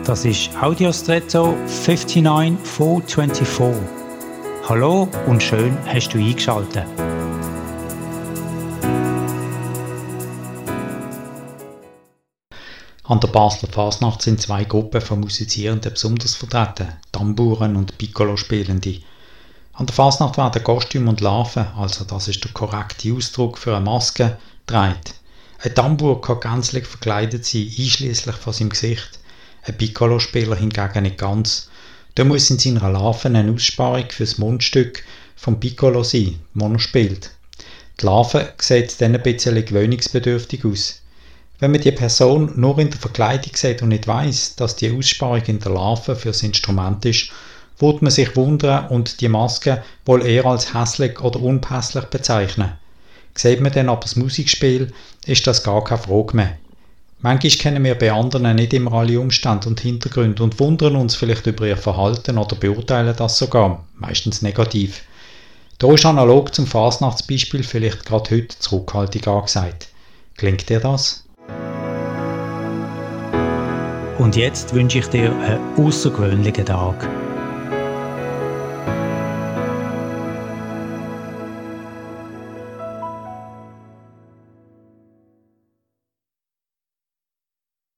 Das ist Audiostretto 59424. Hallo und schön hast du eingeschaltet. An der Basler Fasnacht sind zwei Gruppen von Musizierenden besonders vertreten, Tambouren und Piccolo-Spielende. An der Fasnacht werden Kostüme und Larven, also das ist der korrekte Ausdruck für eine Maske, getragen. Ein Tambour kann gänzlich verkleidet sein, einschliesslich von seinem Gesicht. Ein Piccolo-Spieler hingegen nicht ganz. Da muss in seiner Larve eine Aussparung für das Mundstück vom Piccolo sein, das er spielt. Die Larve sieht dann ein bisschen gewöhnungsbedürftig aus. Wenn man die Person nur in der Verkleidung sieht und nicht weiss, dass die Aussparung in der Larve für das Instrument ist, würde man sich wundern und die Maske wohl eher als hässlich oder unpässlich bezeichnen. Sieht man dann aber das Musikspiel, ist das gar keine Frage mehr. Manchmal kennen wir bei anderen nicht immer alle Umstände und Hintergründe und wundern uns vielleicht über ihr Verhalten oder beurteilen das sogar, meistens negativ. Da ist analog zum Fasnachtsbeispiel vielleicht gerade heute Zurückhaltung angesagt. Klingt dir das? Und jetzt wünsche ich dir einen außergewöhnlichen Tag.